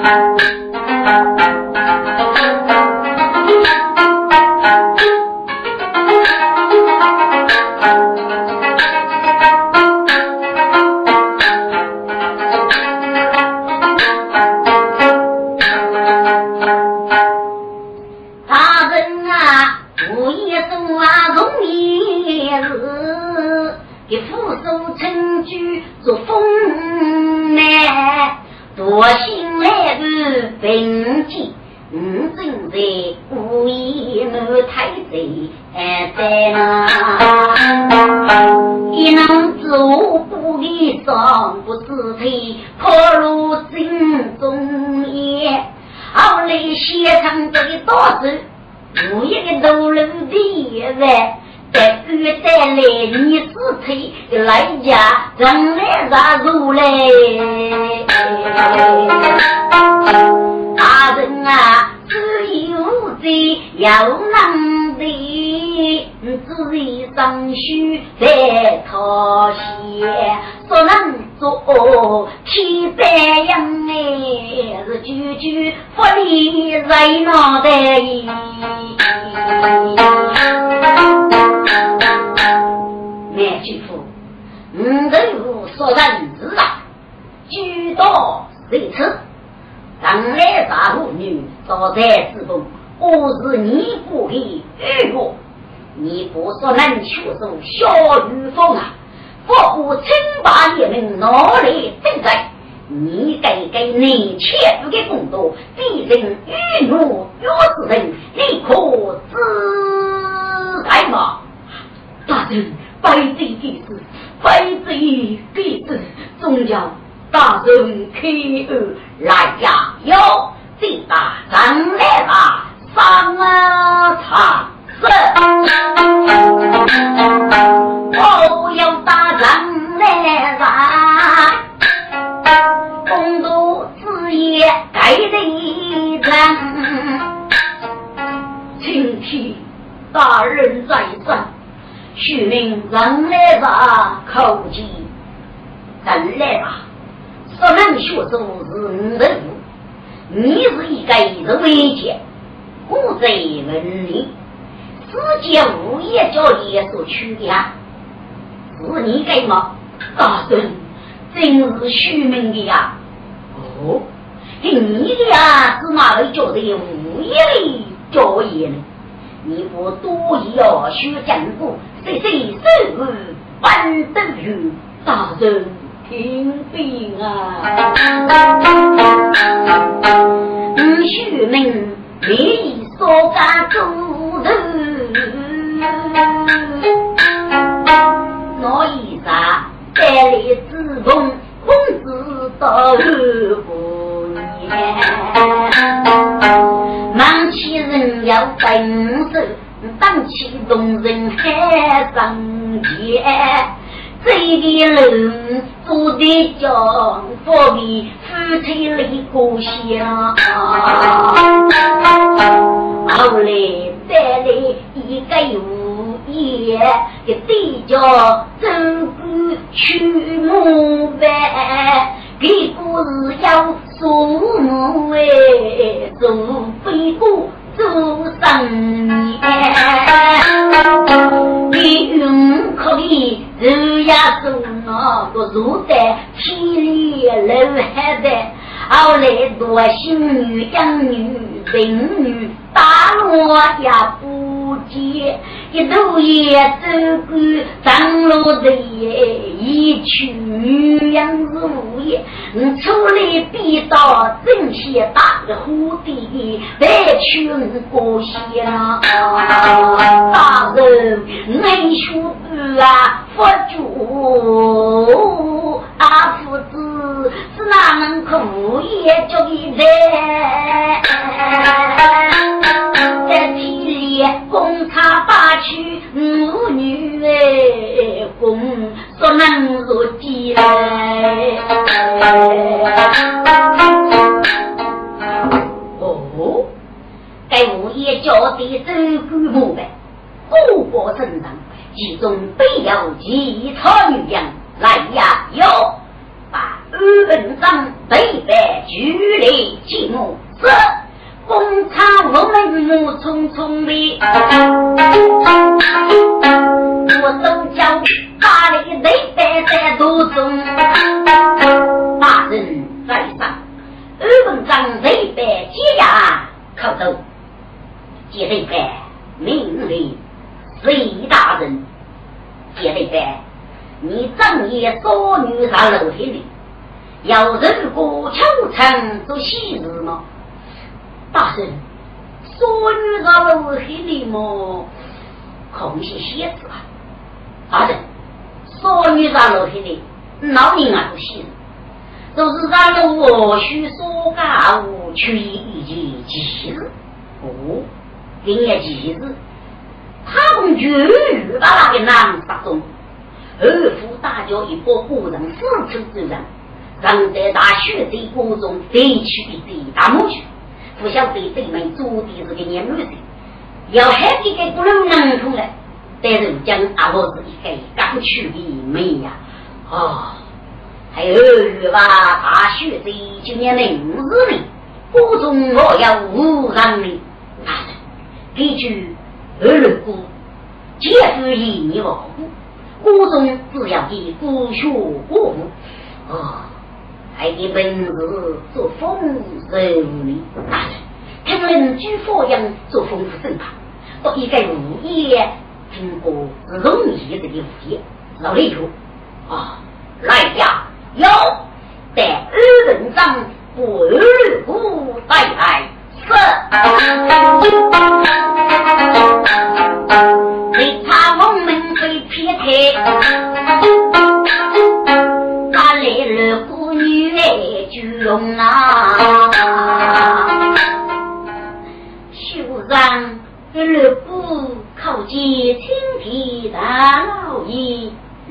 其中必有其他女人来呀哟，把二本上北北举例。 寂寞是工厂我们母匆匆的，我都叫把里得摆在途中，大人在上，二本长得摆接呀口头，接得摆命令隋大人，接得摆你正夜说女上楼梯里，要人过秋城做喜事吗？大人，说女上楼梯里么？空些写字啊！大人，说女上楼梯里，老人啊做喜事，就是上楼我须说家务去一件吉日。哦，今夜吉日，他们绝育把那个男杀中。二夫大叫一波故人四处之人，让在大学的国中地区的大木区，不晓得对面做的这个年女的，要还这个不能能出来，但是将阿婆子一个刚去的没呀，还有吧大学的今年的5日里，国中我要无让的，大人，这句二姑，皆是以你为故。国中只要以国学过户，还给本子做丰收呢。大人，听人居佛样做丰富身旁，都应该物业经过容易的物业，老李头来呀，有带二人长不二股带来为他我们被撇开，他来了妇女来聚容啊，修上二姑靠近青皮大老爷，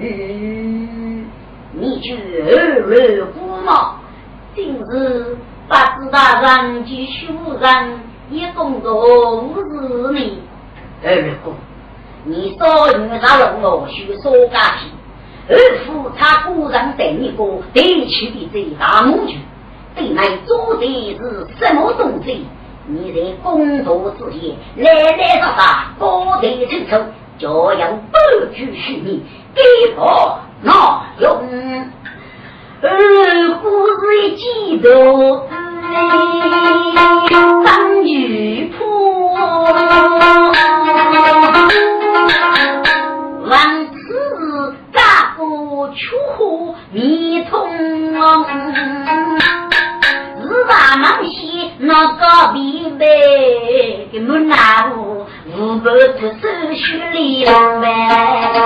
你去二姑嘛，今日把自大人及修上也工作50年，二姑。你说女杀了我须说家庭，二夫他固然等一个地区的最大母局，对乃做的是什么东西？你在工作之间来来杀杀，高低成仇，就要不拘续命，给我那用故事一记得当女仆往此大过出迷通日大忙西那个必备的门拿路无个只是虚里呗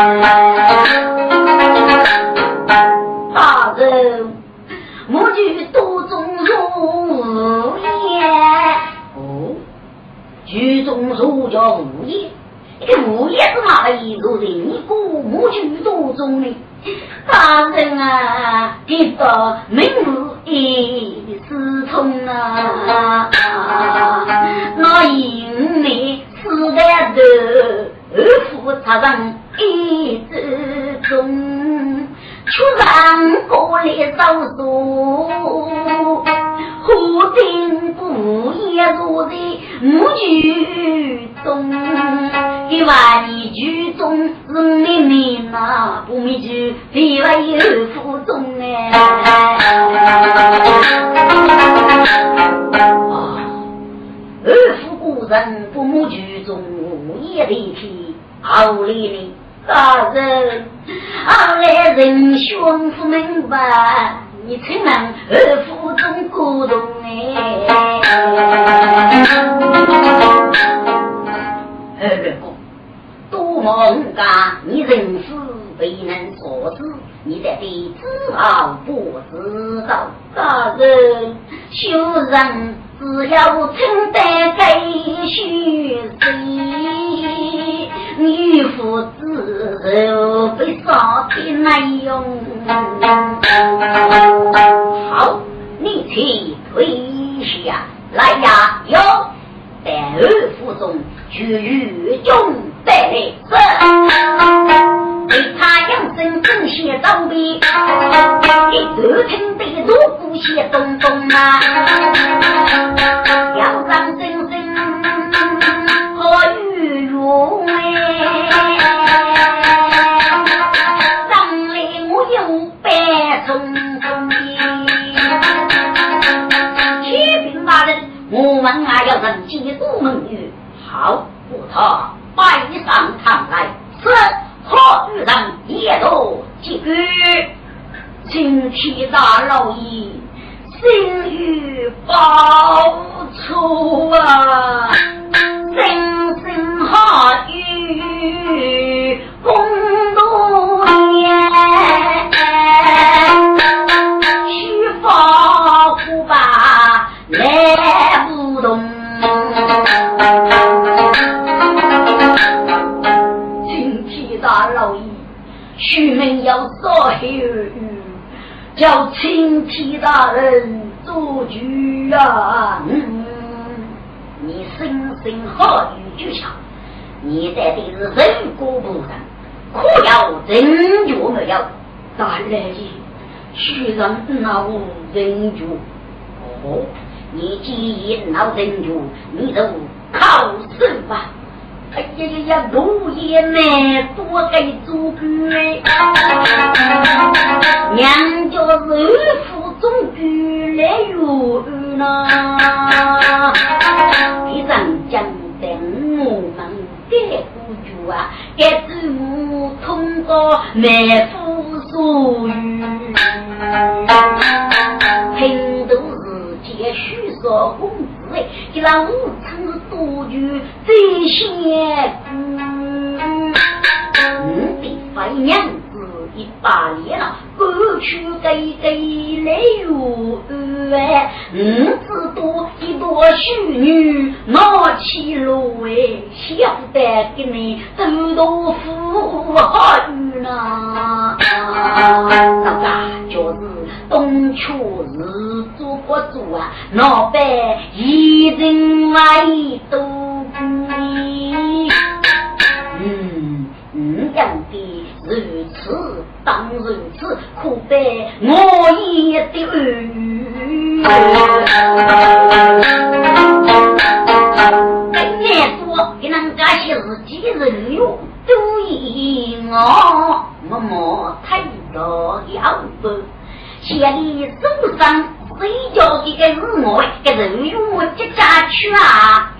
大人母举都中如也举中如叫无业这个无业是哪个意思你姑母举都中呢大人啊这个名字一思聪啊那因为是代的二夫插上一之中出让过来招数忽定不也如的母举中给话你举中是妹妹嘛不没举给话有夫中二夫故人不母举中也离题好哩哩大人后来人兄不明白你才能二夫中鼓动多梦家你人事未能所知你得对知道不知道大人修人只要承担给虚心女夫自由被杀的内容好你去退下来呀有在二夫中居中带来为他养生更些装备一头听得如鼓些东东啊我们还要人接督门女，好不他拜上堂来，是何与人也都几句，请替大老爷心欲报仇啊！声声哈语共度年，须发苦吧来不动。请替大老爷须门要所有叫请替大人做主啊！你声声好语就强，你在的是人国不上，可要真就没有。大人须让那无真就哦，你既然闹真就，你就靠身吧。哎呀呀呀！路也难，多给做鬼。娘家是府中居来有呢，一张将等我们给不住啊，给子母通过满腹所欲，平都是皆许说公子。给让无常多句最先的白娘子一把脸了，过去给来有子多一朵虚女拿起芦苇，晓得给你豆豆腐好语呢。那个就是东秋日做不做啊，老板一人来都样的如此当如此，苦悲我也的儿女。今年多给人家些自己人哟，都以我默太多要不写里手上谁叫这个是我这人用我这家去啊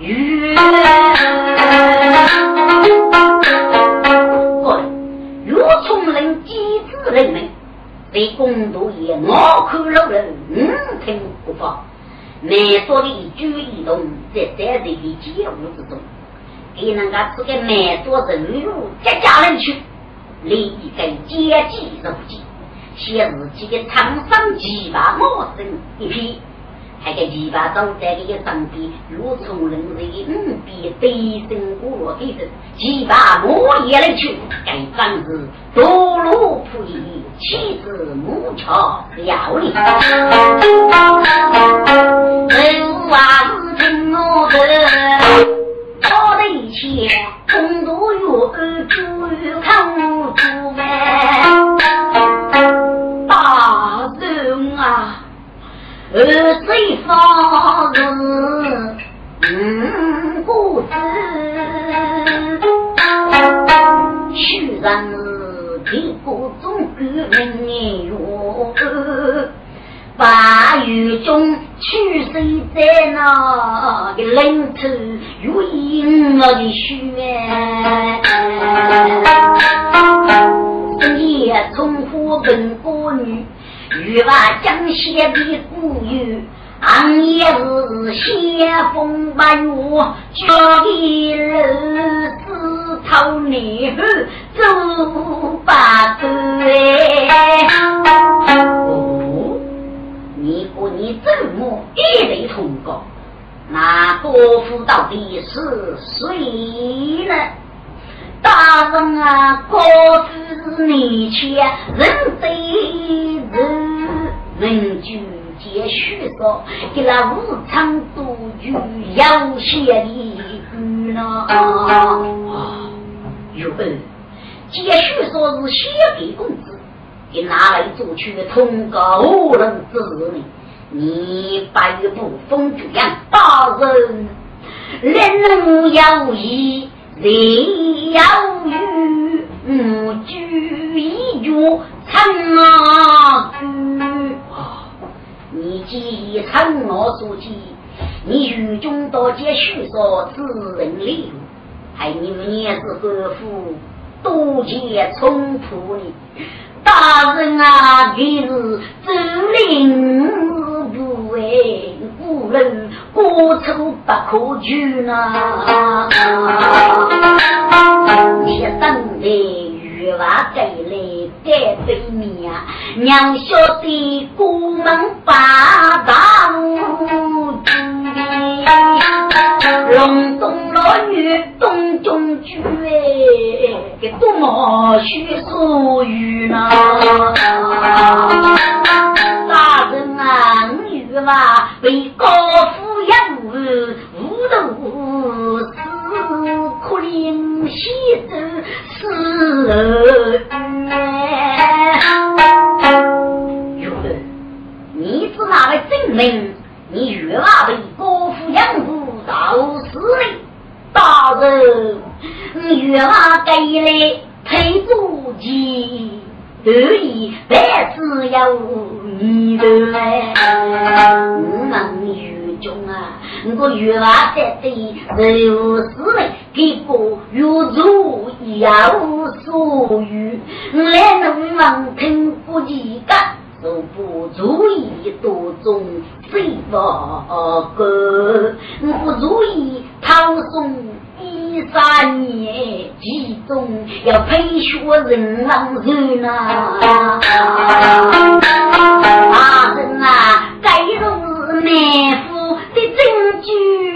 如从人机智人们被公道也我可老人听不发每说的一举一动在这里的街舞之中给人家这个每说人入这家人去利益给阶级受记写日记的长上几把陌生一批还给几把中在一个上边如从人的比背身骨落地的几把磨也来去给张子多路铺一妻子母巧了力人啊是听我的我的一切共都有主看我主大人啊谁发人不知须然地国中人也有八月中去谁在那个领土有因我的许也从火本国女与把江西的故语俺也是先锋把我叫一人自讨你走吧对你过你怎么一类通告那国父到底是谁呢大人啊国之你且人贼人能举皆虚说给那无常独居要写的呢有本皆虚说是写给公子给拿来做去通告无人之人你百步风主样大人人能要义人要语居一句参啊你既参我所记你与众多皆许说自人利路，还你们也是何夫多结冲突呢？大人啊，今日走令不为故人过处不可拒呢。你生的月娃给来该对面啊，娘晓得古门八大无主龙东老女东中居给多么许所语呢？大人啊，女娃为高夫养无头可怜西子是有的，你只拿来证明你越娃为高夫养无到死里。大人，你越娃给来推主机得以百事有你的我们雨中啊，我越娃在地有事嘞，给过有主有所有，来能望听不几个都不足以多种非法个，不足以掏送13年其中要培学人王人啊！大人啊，该如内府的证据，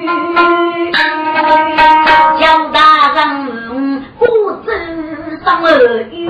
叫大人不知上耳语。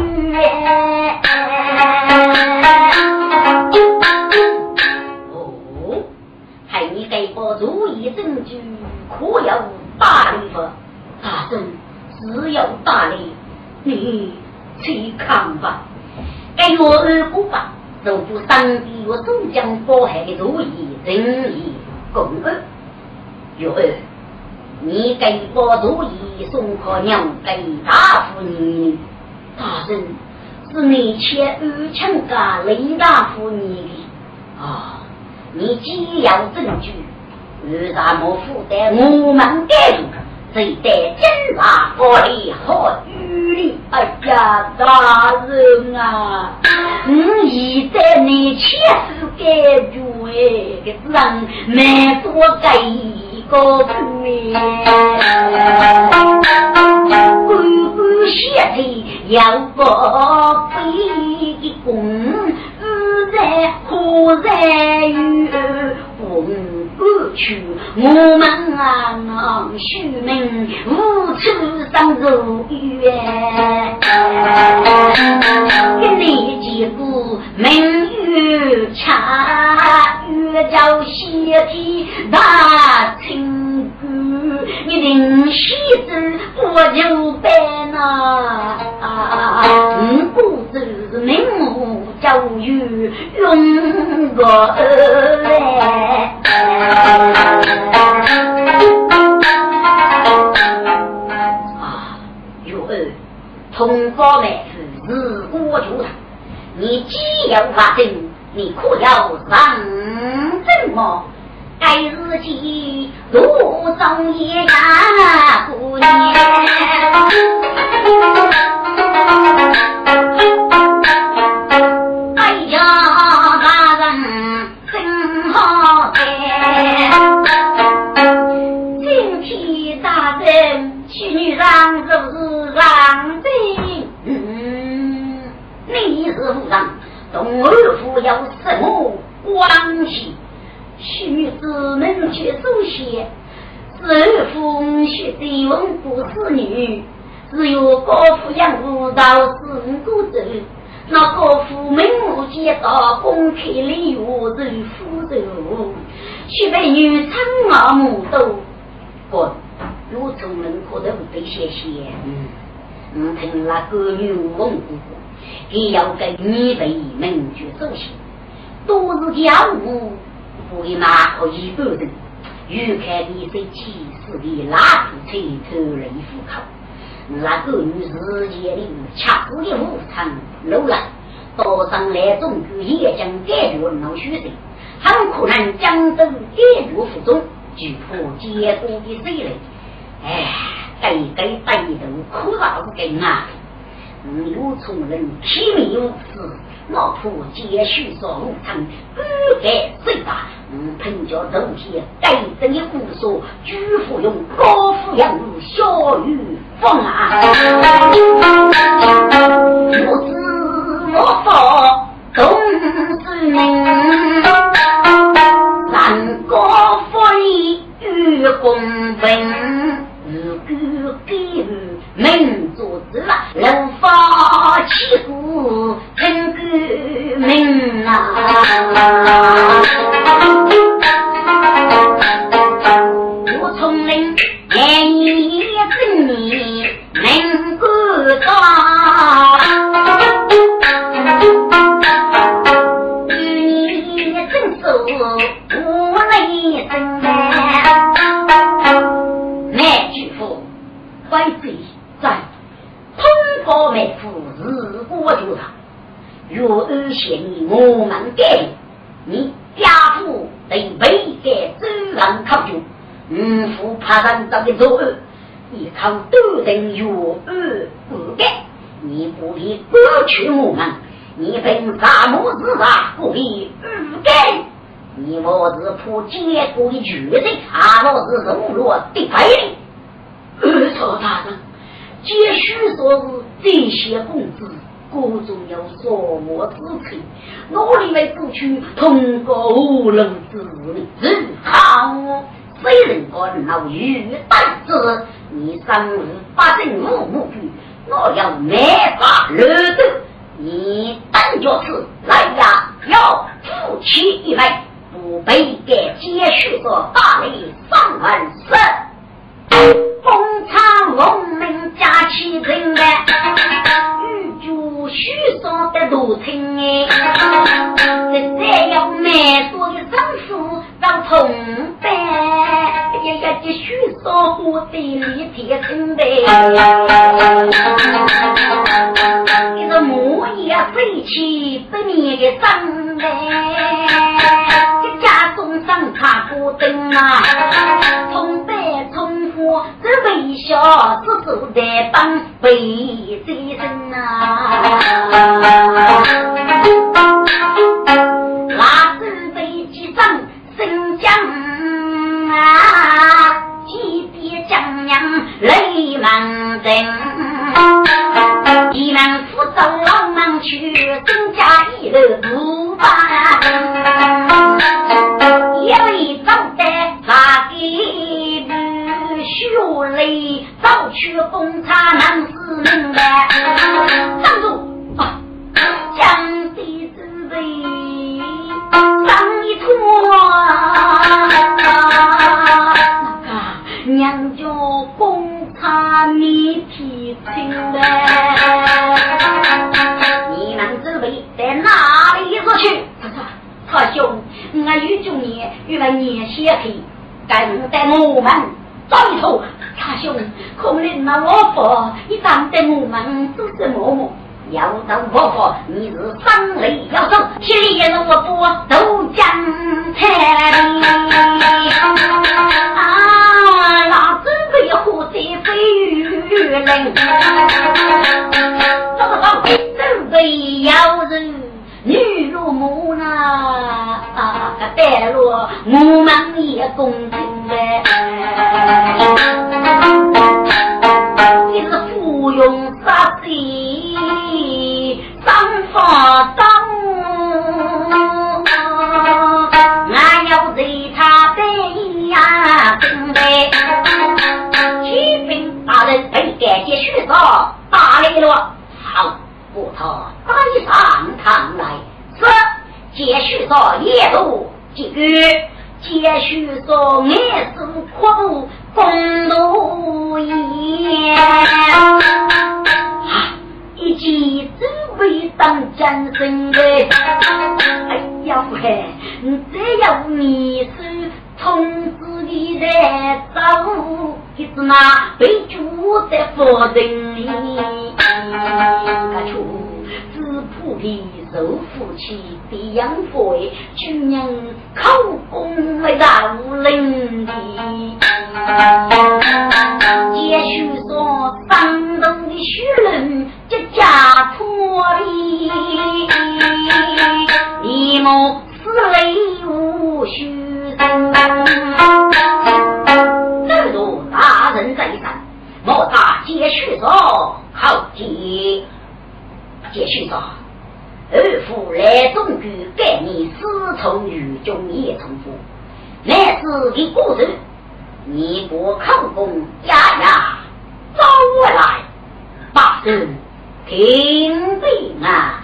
哦，还你给我足以证据，可有大礼佛？大人只有大礼，你去看吧。给我二姑吧，若不当地我终将祸害的主意，仁义公恩。有二，你给我主意送可娘给大夫你。大人是你且与强家雷大夫你的啊，你既有证据，为啥么负担我们该住？这一代真大佛力和余力，哎呀，大人啊，一代你切实该住哎，给让没多给一个鬼，规规写的要个背的功，在何在于我过去我们啊虚名无处上如愿，跟你几个明月茶月照西体大情歌，你定西子我就白呐不知名目教育用过有二通过美事自过主场，你既有法证，你可要上证么？该日起路中也呀不念哎呀大人真好看，今天大人去女上就是上帝你是夫人同二夫有什么关系？须子们却书写是夫学的文不是女，只有高夫养父到是故走，那高夫门目街道公开理由人夫走，却被女苍耳目斗滚，如从门口的不得谢谢听那个女文姑姑也要给你被门绝书写都是家务不会马后一个人，欲看你在气势的拉出去头人户口，那个女世界里恰似的无常楼兰，岛上来中国也将解决老学生， 很可能江州跌入府中，举破结果的谁嘞？给带头苦劳给啊！刘从人体面有此，老婆接续所无常，给最大。凭着肉体改正的故说，举夫用高富养入小于风啊！我知我佛懂之明，三国福利与公平，如果给予民族之了，人发起鼓成个命啊！我从人言语真理能够到，与你真手无内真乃举夫怀罪在通过美妇日过就他若而嫌你我们给你家父得被给自然考究夫怕人找的作恶依靠都等有恶不给你不必过去我们你本大拇指上不必不给你我是破结果的决定我是柔弱的白领错大人皆须所是这些公子各种有所我之称努力为不去通过无人之力只好虽人干老于但是你3日发生无目标我要没法惹得你当就是来呀要夫妻一枚不被给接续所大力3万4风昌文明假期人的预祝虚说的路程这要买多的丈夫让同伴也要继续说我的理铁成的你的母也废弃被你的伤的家中上茶不灯啊从背从火这微笑只手的帮被这身啊拉是飞机上生将啊几别将娘泪满人一男扶走老忙去增加一乐不办有一早的啥给修雷早去公差难死明白站住将地之位上一拖娘就公差你提醒的你们之位在哪里过去他兄我与兄你与了你血气敢带我们走一头他兄可怜了我佛你敢带我们都是某某要到我佛你是伤雷要走心里也让我不都将才老子为虎贼飞雨人走走这位要人女如母呢带落母忙也公平的你是附庸杀贼伤法当我要对他背呀准备骑兵大人被感谢许多打雷了好不他带上堂来是接续说夜路几个接续说也是阔步公路也一起只为当战胜的哎呀喂这样你是从自己的造物一直拿被主在佛人里他出自菩提受夫妻的养父，去年口供为大无人的，也许说山东的许人就家破离，一谋死泪无须生。这座大人在上，莫大接续说好急，接续说二夫来中举给你私从与中也重复，乃是的故事，你不口供呀呀，走过来，大人听病啊，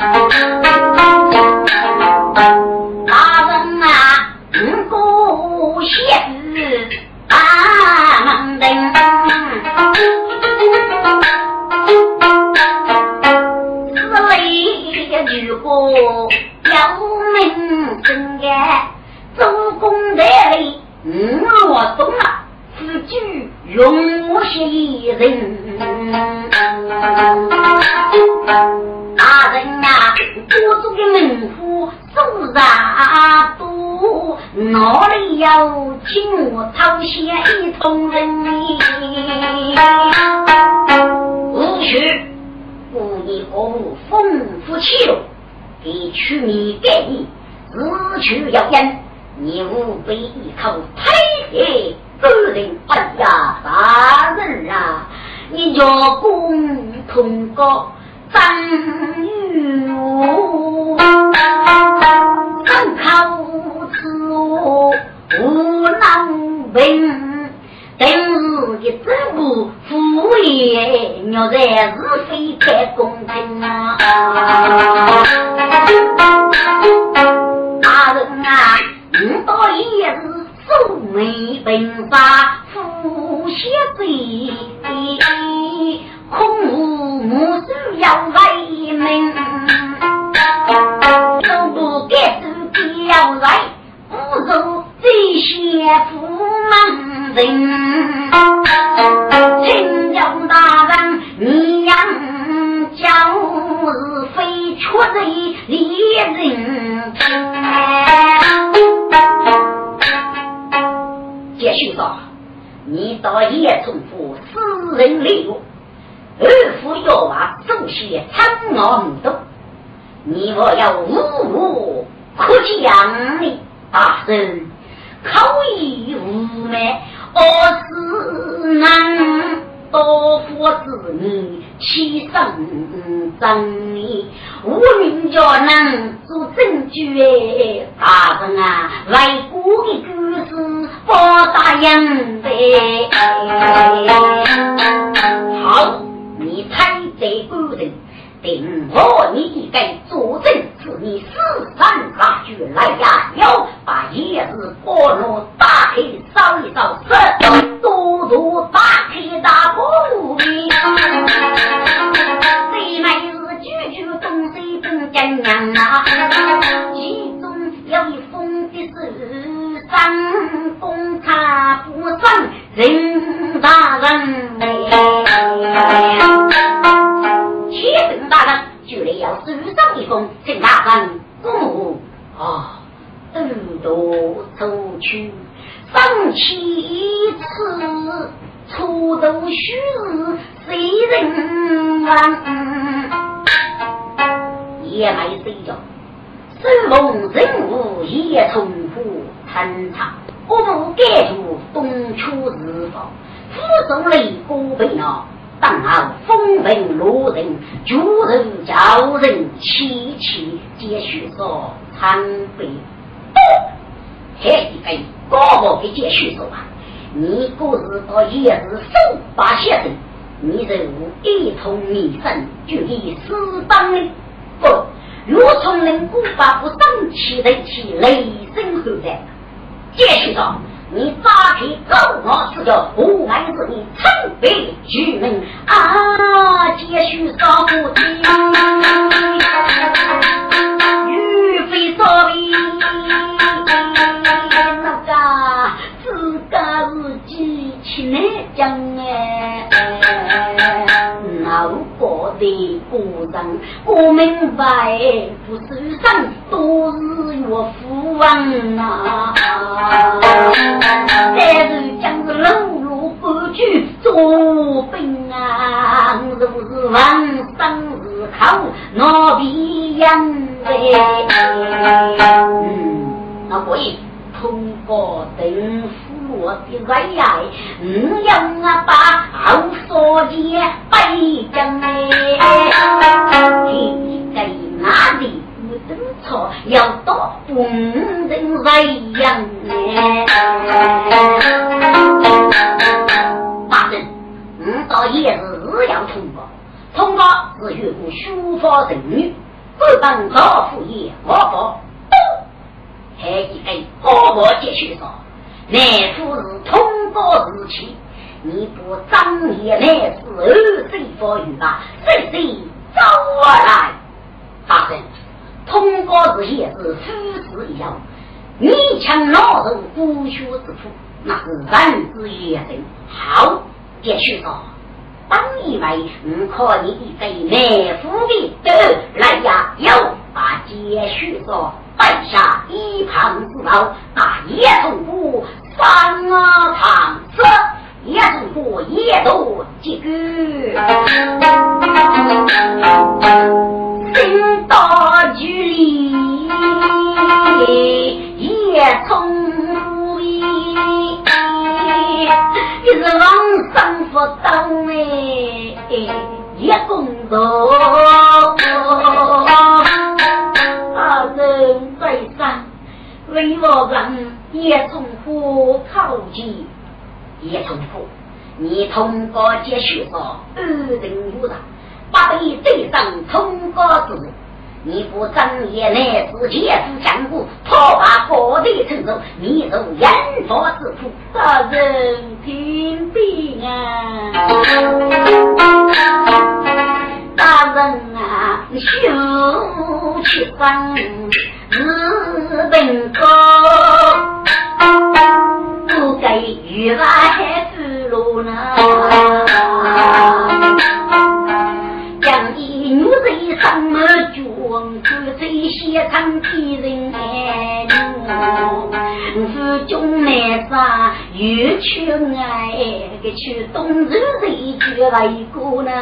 大人啊，不写大门灯。如果有名声的周公在里，我懂了，此句容我写一人。大人啊，国中的门户手上多，哪里有请我掏写一通人无需故意国务丰富气路，给取你给你，自取要言，你无非一口推给个人。哎呀，大人啊，你若共同个张玉武，张口此我无能病。等日的政务副业，要在是非太公平啊！大人啊，你到也是守美本法，复写罪，空无母需要为民，都不该自己要来，不如这些父门人。请教大人，你养教是非出的理人。继续说，你到叶重复私人利用，二夫要把手写苍老母动，你我要无可讲你大人口以无美，我是难多福子女其生争你无名就能做证据。大人啊，外国的故事不答应的。好，你猜这个人定我你一该作证，是你四三大举来呀，要把叶子菠萝打开烧一烧，多多打开大锅里，谁买是句句东西不讲样啊，其中有一封的是三公差不上任大人启禀大人，就来要书上一封，请大人顾耳朵走去，上其次，出头须谁人玩？也没谁着，是梦人物也重复参场，我不该住东出日报，副总雷公被闹。当好风bình路人，主人叫人齐齐接续说参北这一个高高的接续说啊，你故事到也是手把写的，你人物一同拟声，就以私当的不如从人古法不生气的起雷声后代接续说，你扎起高我是个无爱是你参北居民啊，接续说不听欲非所为那个自家自己去来讲老过的故人，我明白不是上都是我父王啊，但是将是冷落不去做兵啊，如是王生日考那必样的那可以通过等父我的来来用啊把好说的背将给哪里不正错要多不能来样大人到夜日要通过是越过书法人女不当老父爷我佛还一个我继续说乃夫是通过日期你不张也乃是二岁佛语吧谁找我来大人通过日也是夫子一样你强老人不学之父那是人之也人好继续说当以为可以一个乃夫的来呀又把继续说摆下一旁之劳那也从不三场色也从不也都几个心到距离也从不一是往上不当也工作大人在上为我人也从不靠近也从不你通过接续说二人无的把被对上通过子你不正业内自己是相互拖把火的承受你有严佛之父大人听病啊大人啊修去上日本歌不给与来之路呢将一女子上么中只最些长体人是中内啥越去爱给去东日一句来过呢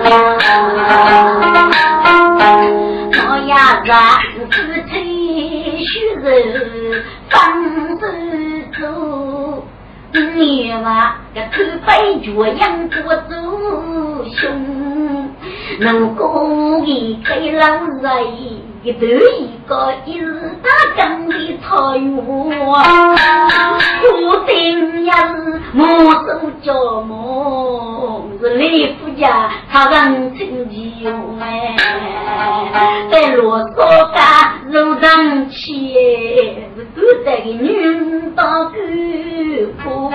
我呀让自己虚人方式走你嘛个头背脚样过走胸能够一个老人一对一个一日大江的财物不定也是莫手着梦是雷夫家他让亲戚用在罗嗦家肉当起是古代的女当姑婆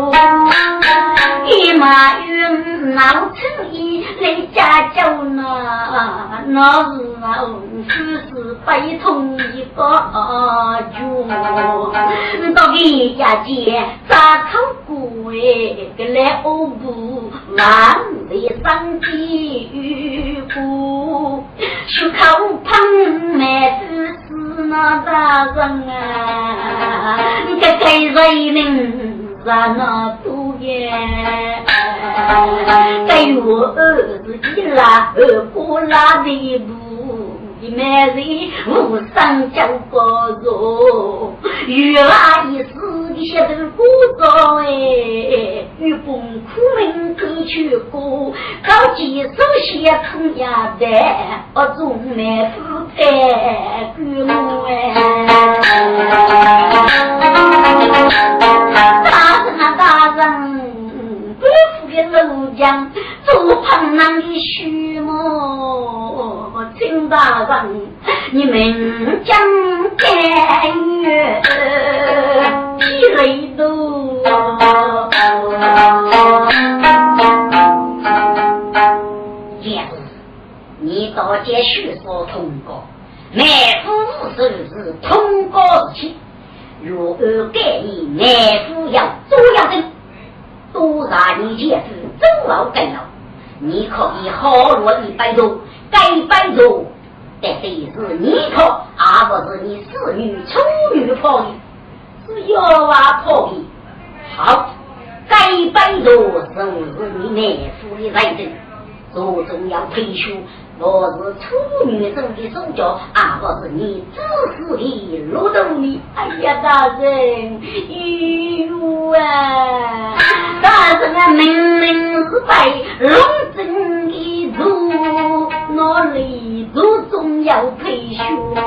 一马云闹成一来家教那是是悲痛一个就到底家姐咋口过个来欧布万里三季雨布是口旁买子是那大人啊这给人民在那多耶给我儿子一拉二姑拉的一步一妹人无上交过肉原来一时的些的故作与崩苦命歌曲过高级手写同样的我总没负担故母大人不服的楼江做旁南的须磨请大人你们将改月地雷都也你到接续所通过每夫是通过期如果给你每夫要做要的都让你姐夫走老更了你可以好落100多，该100多，但非是你破，而不是你侍女、处女破的，是要啊破的。好，该100多就是你妹夫的来人，手中要退休。我是处女座的手脚，不是你自私的罗东的。哎呀，大人，哟啊！大人啊，明明是拜龙争的主，哪里祖宗要退休？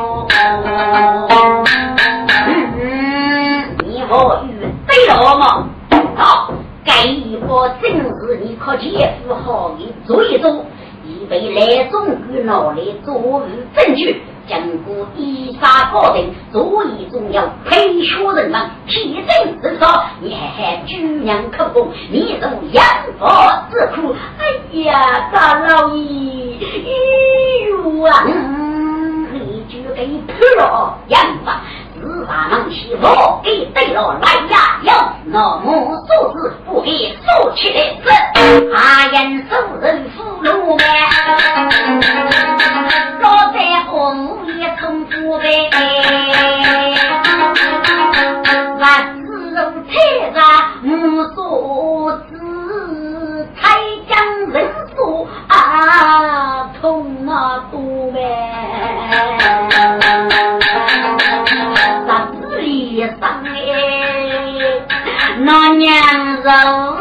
你我与对了吗？好，该一波正是你可姐夫好的做一做。已被来中与脑力作为证据，经过依法高定，所以总要培学人们提升至少，你还居娘可功，你都养佛之苦。哎呀，大老爷，哟啊，你就给破了养法。司法能起我给对了来呀哟，那么做事不给说起来是阿人受人俘虏呗，落在红也从不呗，那自肉太大无所知，太将人数痛啊多呗。上那娘肉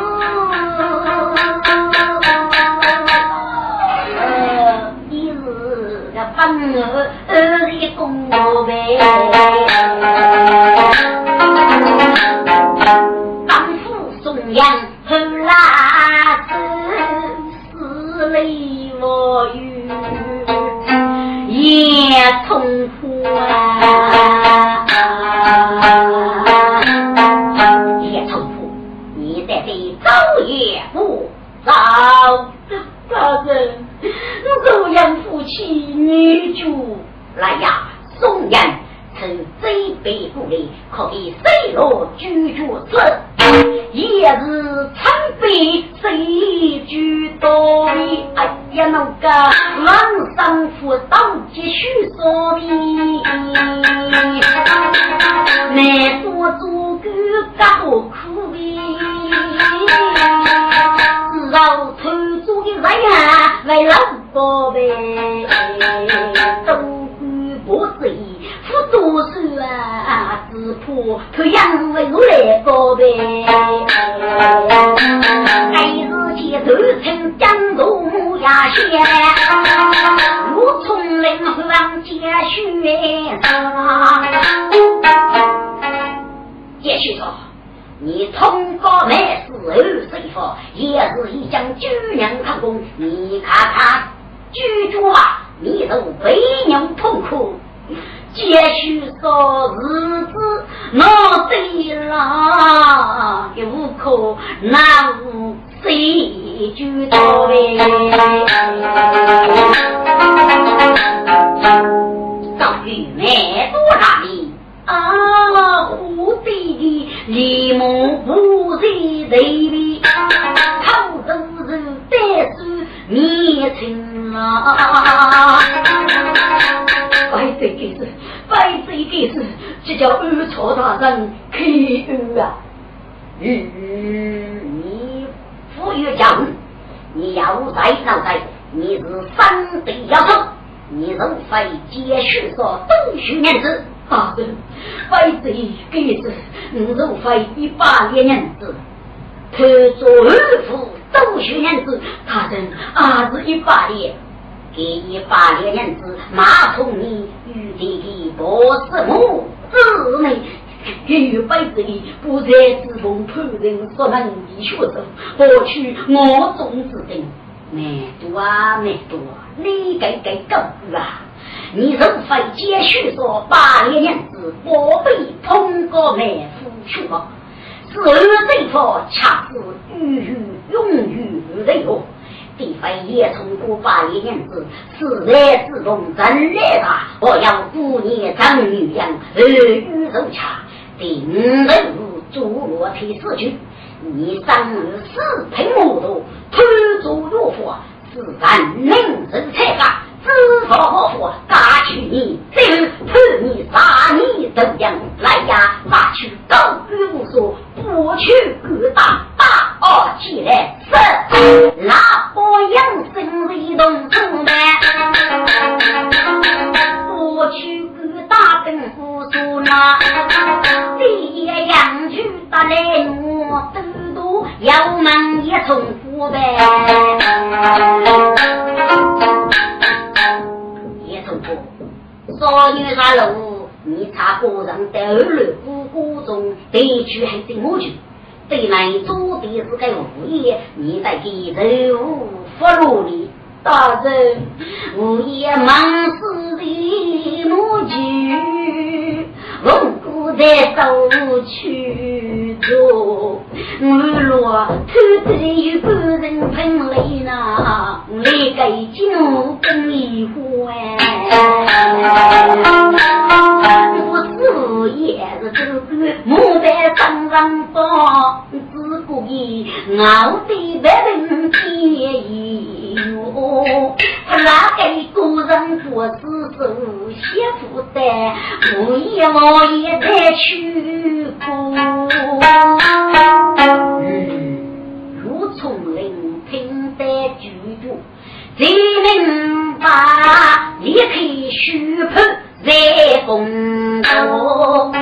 一日个帮儿一公呗，当父送养后拉死泪落雨也痛苦也痛苦，你在这早也不早。大人，肉养夫妻女主来呀，送人趁这辈不离，可以谁落居住此，也是参北谁居多的。哎呀，那个郎上夫到继续说的，难多做个干不苦的，老头做的来呀，来老宝贝，都不是不多事啊，只怕他养为来宝贝，该日起头称江东呀些，如从林上接续继续说，你通过美事而随佛，也是一将居娘成功。你看看居住啊，你都为牛痛苦。继续说日子那对了，又可那无谁居多呗？到底美多哪里？湖底的梨木不在对比，口都是带水面青啊！拜这给是，这叫二错大人开恩啊！你富裕讲，你要在脑袋，你是三对要求，你若非接续说都许年子。大人，拜这给是，你若非100年子，他做二夫都许年子，大人是100年。给100年子马从你与的博士母姊妹与百子里不在自奉判人所能的学生，过去我总指定没多你该够啊！你若非接续说8年子我被通过美夫去吗？是这方恰是永远的哟。地方也从过8年子，自来自动真来吧！我要5年长女养，2语肉茶，定人诸罗提死去，你三日四平木头，推足入火，自然明日才干，知否何佛？打去你定判你杀你都样来呀！拿去高于无所，不去各大大二起来是那波阳生一动中的，不去各大跟无所那，第样去打来我都都要忙也重复呗。少女杀路，你查个人的儿女姑姑中地区还是我去？对来做的是个物业，你在给人物俘虏里，大人物业忙死的母举，蒙古在走去做，我若偷偷有个人喷泪呢，你给酒跟你喝我自也是这个莫在上上报，自古以熬的白人天意哟，哪给个人做事手写负担，我也得去过。如丛林听得居住，谁能把离开虚破在风中？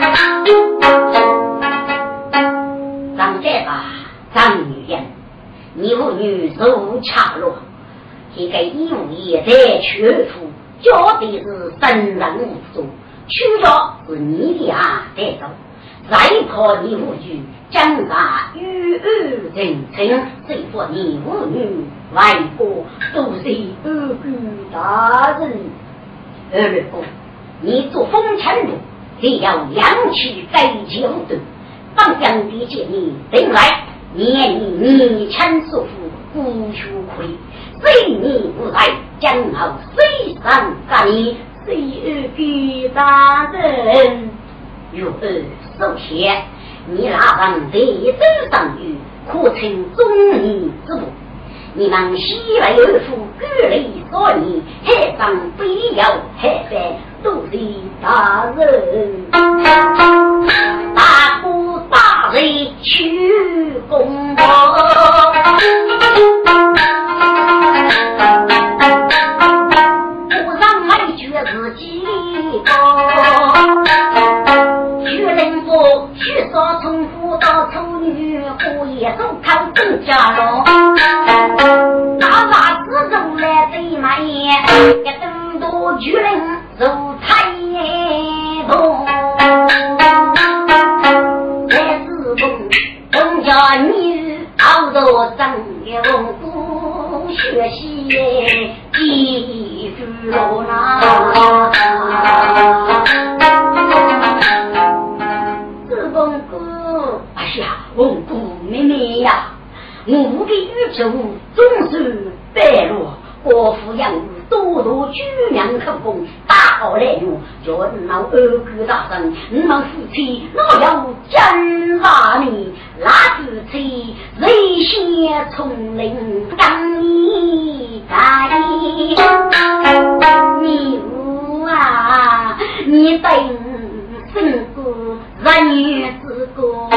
张家吧，张女人，你我女手恰落，这个义务也在全副，教的是生人无助，去了是你的带走，再靠你无惧，将来与人称，谁说你无女外国都是二姑大人。二姑，你做风尘路，也要扬起该节无端，放将的建议等来，你参束缚孤羞愧，虽你不来，将后虽上干你，谁二姑大人有二受钱，你那帮地走上去，可称中年之母。你们西来有副各类所以海上必要海在都是大人，大姑大人去公婆，不让买觉自己高，学人说学说从父到丑女，我也都看更加了。一等多巨人走太多，在自贡东家女熬着张也文古学习记住了那自贡哥，哎呀，文古妹妹呀，我的宇宙总是败落。国父养育多多居良可供，大好来用，叫老二哥大人，你们夫妻若要真话你，那夫妻谁先从灵当你在你啊，你等生过人女子过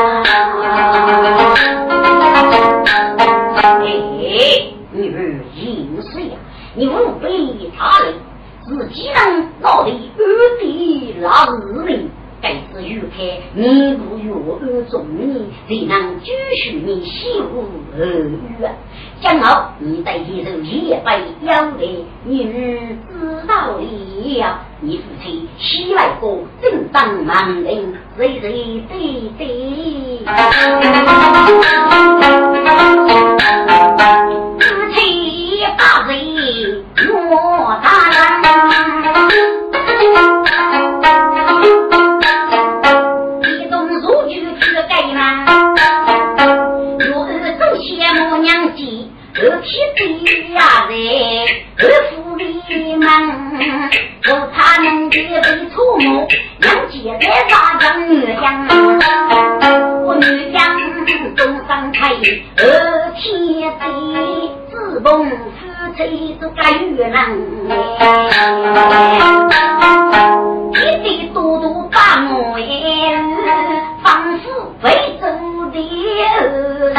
女儿饮水呀，你无非他人，自己人闹的二弟老日里，该是预开你不与我而中你，谁能继续你西无儿语啊？将好你在一手也被要的，女儿知道了，你夫妻西来过正当忙人，谁谁对对。大贼莫大人，一动如举去了盖嘛，若二走羡慕娘鸡，二妻子呀人，二夫里们，就他能别被触目，娘姐在大张女样。 中放开而天地自奉夫妻都该越南一地多多把我仿佛为走的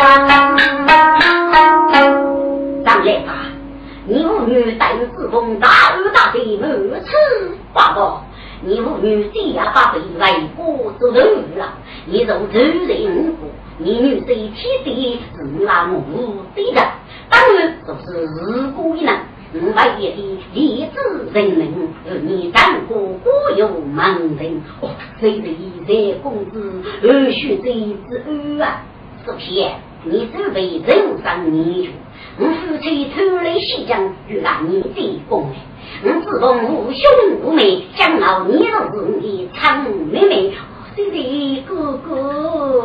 张来吧你妇女但自奉大而大的母亲爸爸你妇女这样把被外国做头了你从头人过你女婿体的是那母的人当然都是日故一呢外界的理智人民你战过国有盲人谁的在公子许这一之啊首先你是为人上你主我夫妻偷来西江与那你的公人我自奉无兄无妹将老你的你长妹妹谁的哥哥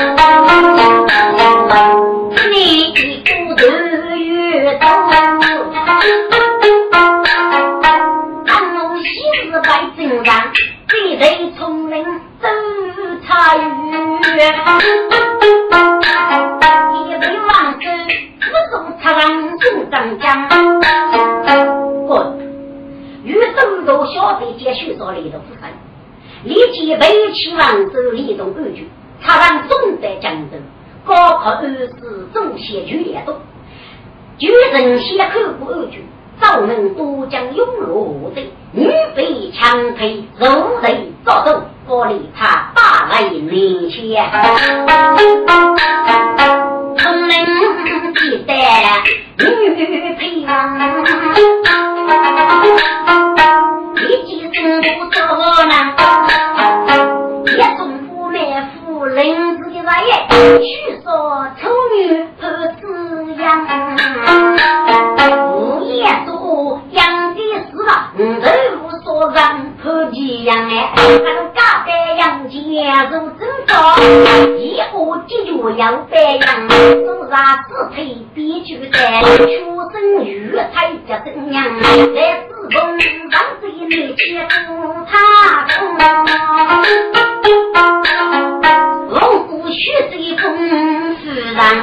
你不得越走当我西子白正然这类聪明都参与也没忘记自从他让中长江与东都小北街许所里的不分立即为其王子立动二局他让中在江州高考24中写剧烈动举人写刻苦二局造能都将拥入的女被强推柔雷躁动玻璃他大来那些从能记得女配王一记生不做难也从不灭夫人自己来也许说丑女和滋养无业做养的死了人无所让可及养还有嘎的养接受真说以后记住要白养自然自配必须的出生育才叫怎样在自动让自己没接触他龙骨须这风自然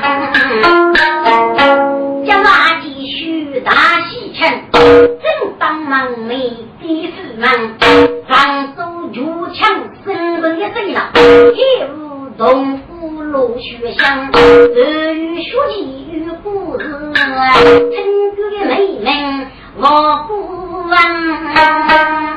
将垃圾须大西城正当忙没地四忙上手如枪生本也对了一无东府落雪香与书记与故事陈哥的妹妹我不忘